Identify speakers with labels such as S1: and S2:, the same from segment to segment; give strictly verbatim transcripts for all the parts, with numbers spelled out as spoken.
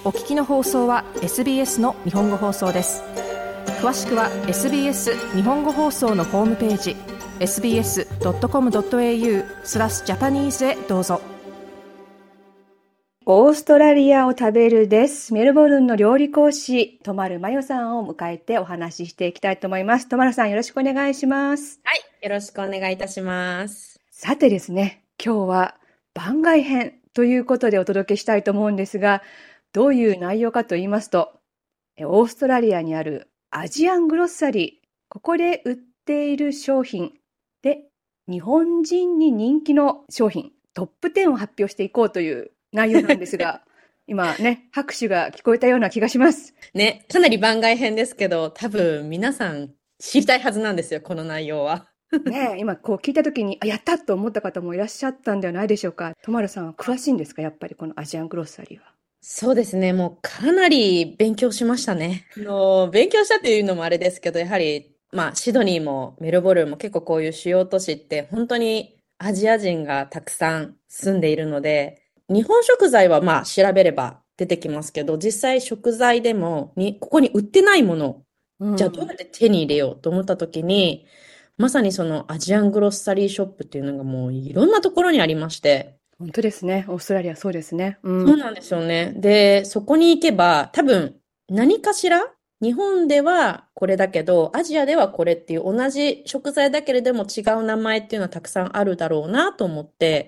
S1: お聞きの放送は エスビーエス の日本語放送です。詳しくは エスビーエス 日本語放送のホームページ エスビーエスドットコムドットエーユー スラスジャパニーズへどうぞ。オーストラリアを食べるです。メルボルンの料理講師、とまるまよさんを迎えてお話ししていきたいと思います。とまるさん、よろしくお願いします。
S2: はい、よろしくお願いいたします。
S1: さてですね、今日は番外編ということでお届けしたいと思うんですが、どういう内容かと言いますと、オーストラリアにあるアジアングロッサリー、ここで売っている商品で日本人に人気の商品トップじゅうを発表していこうという内容なんですが今ね、拍手が聞こえたような気がします
S2: ね、かなり番外編ですけど、多分皆さん知りたいはずなんですよ、この内容は。
S1: ねえ、今こう聞いたときに、あ、やったと思った方もいらっしゃったんではないでしょうか。とまるさんは詳しいんですか、やっぱりこのアジアングロッサリーは。
S2: そうですね、もうかなり勉強しましたね。あの、勉強したっていうのもあれですけど、やはり、まあ、シドニーもメルボルンも結構こういう主要都市って本当にアジア人がたくさん住んでいるので、日本食材はまあ調べれば出てきますけど、実際食材でもに、ここに売ってないもの、
S1: う
S2: じゃあどうやっ
S1: ん。
S2: て手に入れようと思った時に、まさにそのアジアングロッサリーショップっていうのがもういろんなところにありまして、
S1: 本当ですね。オーストラリアそうですね。うん。
S2: そうなんですよね。で、そこに行けば、多分、何かしら、日本ではこれだけど、アジアではこれっていう同じ食材だけれども違う名前っていうのはたくさんあるだろうなと思って、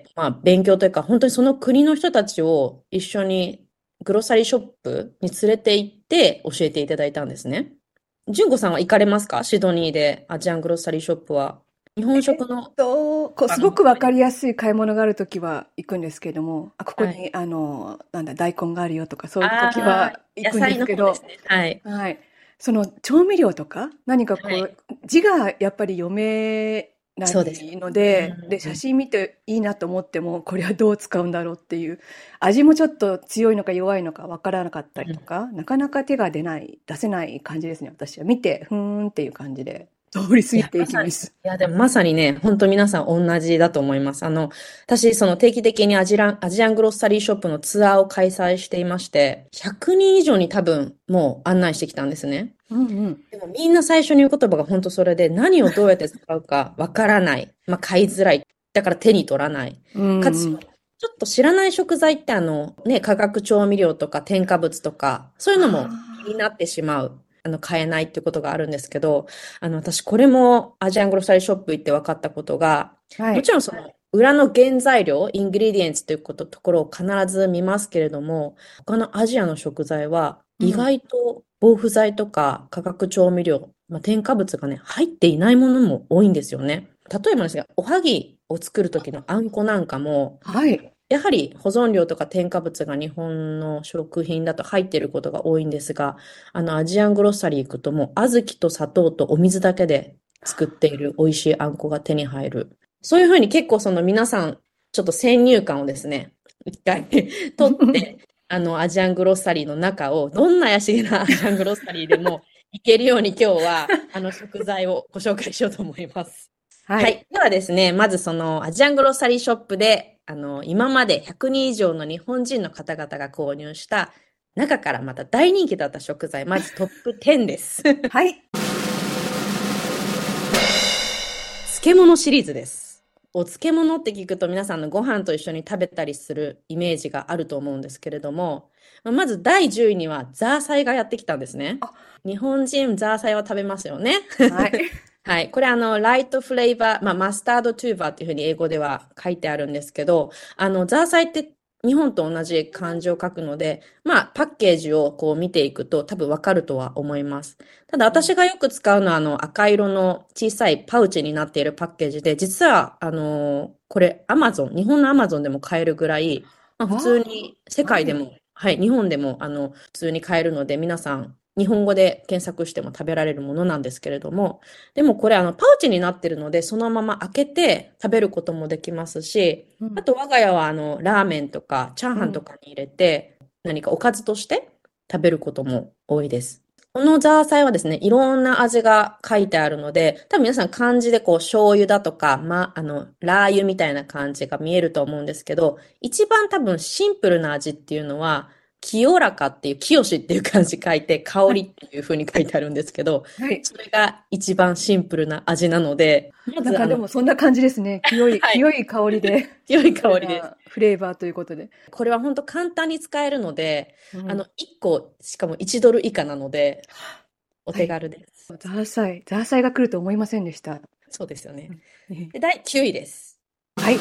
S2: まあ、勉強というか、本当にその国の人たちを一緒にグロッサリーショップに連れて行って教えていただいたんですね。純子さんは行かれますか？シドニーでアジアングロッサリーショップは。日本食の、
S1: と、こう、すごくわかりやすい買い物があるときは行くんですけれども、あ、ここ
S2: はい。
S1: に、あの、なんだ、大根があるよとか、そういうとき
S2: ああ、
S1: は行くんで
S2: 野菜
S1: すけど、
S2: の方ですね。はい。
S1: はい。その調味料とか、何か
S2: はい。
S1: こう、字がやっぱり読めな
S2: そうですよ
S1: いの
S2: ね。
S1: で、で、写
S2: うん。
S1: 真見ていいなと思っても、これはどう使うんだろうっていう、味もちょっと強いのか弱いのかわからなかったり
S2: うん。
S1: とか、なかなか手が出ない、出せない感じですね、私は。見て、ふーんっていう感じで、通り過
S2: いや、
S1: ぎてい
S2: まさに、い
S1: きます。
S2: や、でもまさにね、本当皆さん同じだと思います。あの、私、その定期的にアジラン、アジアングロッサリーショップのツアーを開催していまして、ひゃくにん以上に多分もう案内してきたんですね。
S1: うんうん。
S2: でもみんな最初に言う言葉が本当それで、何をどうやって使うかわからない。まあ、買いづらい。だから手に取らない。
S1: う
S2: かつ、
S1: んうん。
S2: ちょっと知らない食材ってあの、ね、化学調味料とか添加物とか、そういうのも気にな
S1: あ
S2: ってしまう。あの、買えないってことがあるんですけど、あの、私これもアジアングロッサリーショップ行って分かったことが、
S1: あ、はい。
S2: もちろんその、裏の原材料、イングリディエンツということ、ところを必ず見ますけれども、他のアジアの食材は意
S1: うん。
S2: 外と防腐剤とか化学調味料、まあ、添加物がね、入っていないものも多いんですよね。例えばですが、おはぎを作る時のあんこなんかも、
S1: はい。
S2: やはり保存料とか添加物が日本の食品だと入っていることが多いんですが、あのアジアングロッサリー行くともう小豆と砂糖とお水だけで作っている美味しいあんこが手に入る。そういうふうに結構その皆さん、ちょっと先入観をですね、一回取って、あのアジアングロッサリーの中をどんな怪しげなアジアングロッサリーでもいけるように今日はあの食材をご紹介しようと思います。
S1: はい。
S2: はい。ではですね、まずそのアジアングロッサリーショップで、あの、今までひゃくにん以上の日本人の方々が購入した中からまた大人気だった食材、まずトップじゅうです。
S1: はい。
S2: 漬物シリーズです。お漬物って聞くと皆さんのご飯と一緒に食べたりするイメージがあると思うんですけれども、ままずだいじゅういにはザーサイがやってきたんですね。
S1: あ、
S2: 日本人ザーサイは食べますよね。
S1: はい。
S2: はい。これあの、ライトフレーバー、まあ、マスタードトゥーバーっていうふうに英語では書いてあるんですけど、あの、ザーサイって日本と同じ漢字を書くので、まあ、パッケージをこう見ていくと多分わかるとは思います。ただ
S1: うん。
S2: 私がよく使うのはあの赤色の小さいパウチになっているパッケージで、実はあの、これアマゾン、日本のアマゾンでも買えるぐらい、まあ、普通
S1: あ
S2: に世
S1: あ、はい。
S2: 界でも、はい、日本でもあの、普通に買えるので、皆さん日本語で検索しても食べられるものなんですけれども、でもこれあのパウチになってるので、そのまま開けて食べることもできますし、
S1: うん。
S2: あと我が家はあのラーメンとかチャーハンと
S1: うん。
S2: かに入れて何かおかずとして食べることも多いです。このザーサイはですね、いろんな味が書いてあるので、多分皆さん漢字でこう醤油だとか、ま、あの、ラー油みたいな感じが見えると思うんですけど、一番多分シンプルな味っていうのは、 清らかっていう、清しっていう漢字書いて、香りっていう風に書いてあるんですけど、
S1: はい。
S2: それが一番シンプルな味なので、まず、
S1: なんか
S2: あの、
S1: でもそんな感じですね。清い、
S2: はい、
S1: 清い香りで、
S2: 清い
S1: シンプル
S2: 香りです。
S1: なフレーバーということで。
S2: これは本当簡単に使えるので、あの、
S1: うん。
S2: いっこ、しかもいちドル以下なので、お手
S1: はい。
S2: 軽です。
S1: ザーサイ、ザーサイが来ると思いませんでした。
S2: そうですよね。
S1: うんね
S2: で、だいきゅういです。
S1: はい。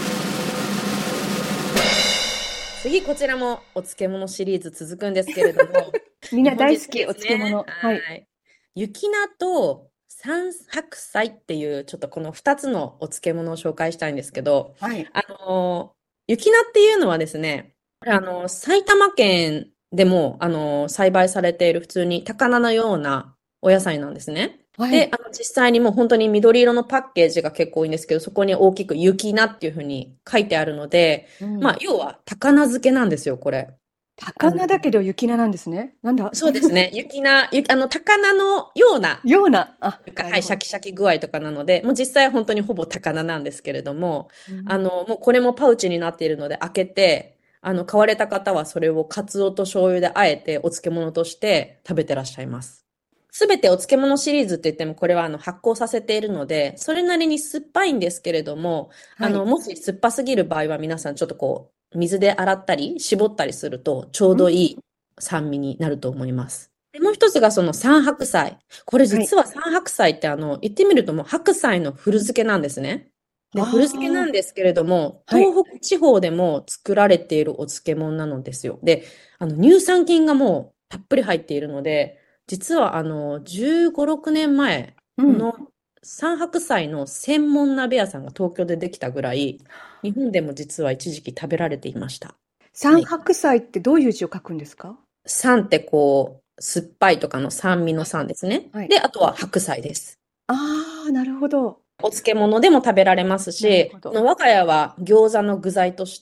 S2: 次、こちらもお漬物シリーズ続くんですけれども、
S1: みんな
S2: 日本人
S1: 大好き、お
S2: 好きですね。
S1: 漬物。はい。
S2: はい。雪菜と三白菜っていう、ちょっとこのふたつのお漬物を紹介したいんですけど、
S1: はい。
S2: あの、雪菜っていうのはですね、これあの、埼玉県でも、あの、栽培されている普通に高菜のようなお野菜なんですね。で、
S1: はい。
S2: あの、実際にもう本当に緑色のパッケージが結構多いんですけど、そこに大きく雪菜っていうふうに書いてあるので、まあ、
S1: うん。
S2: 要は高菜漬けなんですよ、これ。あの、
S1: 高菜だけど雪菜なんですね。なんだ
S2: そうですね。雪菜、ゆあの、高菜のような、
S1: ような。あ、
S2: なんかはい、
S1: なるほど。
S2: シャキシャキ具合とかなので、もう実際は本当にほぼ高菜なんですけれども、
S1: うん。
S2: あの、もうこれもパウチになっているので開けて、あの、買われた方はそれをカツオと醤油で和えてお漬物として食べてらっしゃいます。すべてお漬物シリーズって言ってもこれはあの発酵させているので、それなりに酸っぱいんですけれども、あの、
S1: はい。
S2: もし酸っぱすぎる場合は皆さんちょっとこう、水で洗ったり絞ったりするとちょう
S1: うん。
S2: どいい酸味になると思います。で、もう一つがその三白菜。これ
S1: はい。
S2: 実は三白菜ってあの、言ってみるともう白菜の古漬けなんですね。で、古漬けな
S1: あ
S2: んですけれども、
S1: あ、はい。
S2: 東北地方でも作られているお漬物なのですよ。で、あの、乳酸菌がもうたっぷり入っているので、実はあの、じゅうご、ろくねんまえ、
S1: うん。
S2: この三白菜の専門鍋屋さんが東京でできたぐらい、日本でも実は一時期食べられていました。は
S1: 三
S2: い。
S1: 白菜ってどういう字を書くんですか？
S2: 酸ってこう、酸っぱいとかの酸味の酸ですね。
S1: はい。
S2: で、あとは白菜です。
S1: ああ、なるほど。
S2: お漬物でも食べられますし、
S1: なるほど。
S2: あの我が家は餃子の具材として、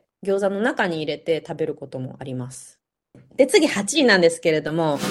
S2: 餃子の中に入れて食べることもあります。で、次はちいなんですけれども、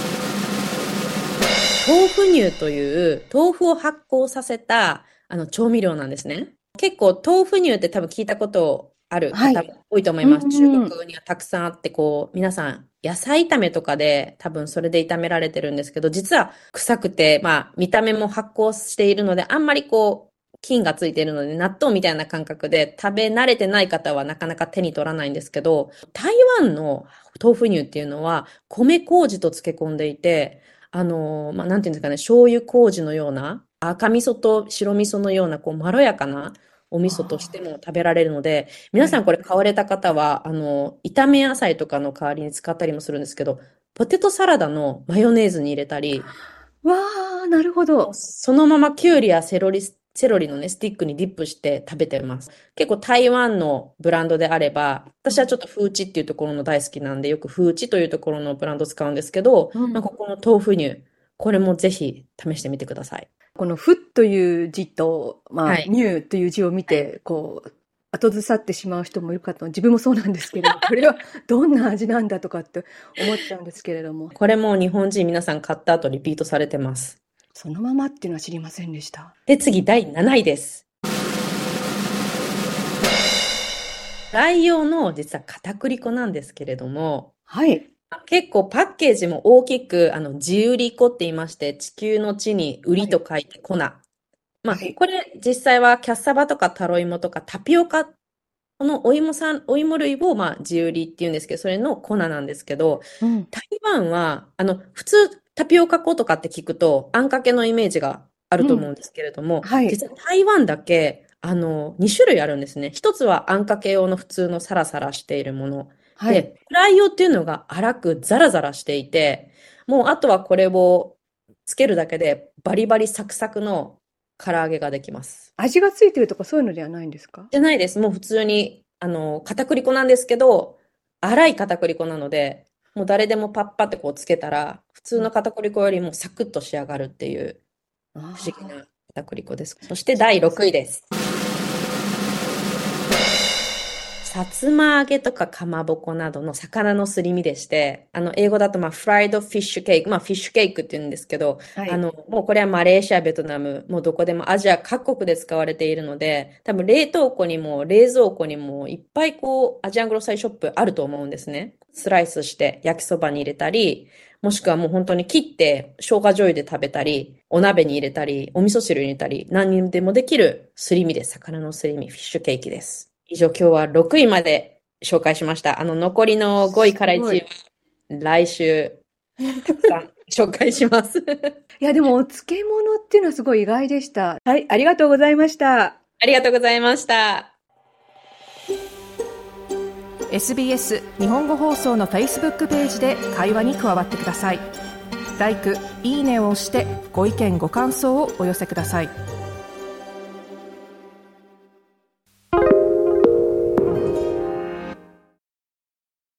S2: 豆腐乳という豆腐を発酵させたあの調味料なんですね。結構豆腐乳って多分聞いたことある
S1: はい。
S2: 方も多いと思い
S1: う
S2: ます。中
S1: んうん。
S2: 国にはたくさんあって、こう、皆さん野菜炒めとかで多分それで炒められてるんですけど、実は臭くて、まあ見た目も発酵しているので、あんまりこう、菌がついているので納豆みたいな感覚で食べ慣れてない方はなかなか手に取らないんですけど、台湾の豆腐乳っていうのは米麹と漬け込んでいて、あの、まあ、なんていうんですかね、醤油麹のような、赤味噌と白味噌のような、こう、まろやかなお味噌として
S1: あ
S2: も食べられるので、
S1: あ、はい。
S2: 皆さんこれ買われた方は、あの、炒め野菜とかの代わりに使ったりもするんですけど、ポテトサラダのマヨネーズに入れたり、
S1: わあ、なるほ
S2: もう
S1: ど。
S2: そのままキュウリやセロリ、セロリのね、スティックにディップして食べてます。結構台湾のブランドであれば、私はちょっとフーチっていうところの大好きなんで、よくフーチというところのブランドを使うんですけど、まあ、
S1: うん。
S2: ここの豆腐乳、これもぜひ試してみてください。
S1: この「ふ」という字と、まあ、
S2: はい。
S1: 「乳」という字を見
S2: はい。
S1: て、こう、後ずさってしまう人もいるかと、自分もそうなんですけれど、これはどんな味なんだとかって思っちゃうんですけれども、
S2: これも日本人皆さん買った後リピートされてます。
S1: そのままっていうのは知りませんでした。
S2: で、次だいなないです。代用の実は片栗粉なんですけれども、
S1: はい。
S2: 結構パッケージも大きく、あの、地売り粉って言いまして、地球の地に売
S1: はい。
S2: りと書いて粉。まあ、
S1: はい。
S2: これ実際はキャッサバとかタロイモとかタピオカ、このお芋さん、お芋類をまあ地売りって言うんですけど、それの粉なんですけど、
S1: うん。
S2: 台湾は、あの、普通タピオカ粉とかって聞くと、あんかけのイメージがある
S1: うん。
S2: と思うんですけれども、
S1: はい。
S2: 実は台湾だけ、あの、に種類あるんですね。一つはあんかけ用の普通のサラサラしているもの。
S1: はい。
S2: で、フライ用っていうのが粗くザラザラしていて、もうあとはこれをつけるだけでバリバリサクサクの唐揚げができます。
S1: 味がついてるとかそういうのではないんですか？
S2: じゃないです。もう普通に、あの、片栗粉なんですけど、粗い片栗粉なので、もう誰でもパッパってこうつけたら、普通
S1: うん。
S2: の片栗粉よりもサクッと仕上がるっていう不思議
S1: ああ、
S2: な片栗粉です。そしてだいろくいです。 さつま揚げとかかまぼこなどの魚のすり身でして、あの、英語だとまあ、フライドフィッシュケーキ、まあ、フィッシュケーキって言うんですけど、
S1: はい。
S2: あの、もうこれはマレーシア、ベトナム、もうどこでもアジア各国で使われているので、多分冷凍庫にも冷蔵庫にもいっぱいこう、アジアングロサリーショップあると思うんですね。スライスして焼きそばに入れたり、もしくはもう本当に切って生姜醤油で食べたり、お鍋に入れたり、お味噌汁に入れたり、何にでもできるすり身です。魚のすり身、フィッシュケーキです。以上、今日はろくいまで紹介しました。あの、残りのごいから1位
S1: すごい。
S2: は来週たくさん紹介します。
S1: いや、でもお漬物っていうのはすごい意外でした。はい、ありがとうございました。
S2: ありがとうございました。
S3: エスビーエス 日本語放送の Facebook ページで会話に加わってください。ライク、いいねを押してご意見ご感想をお寄せください。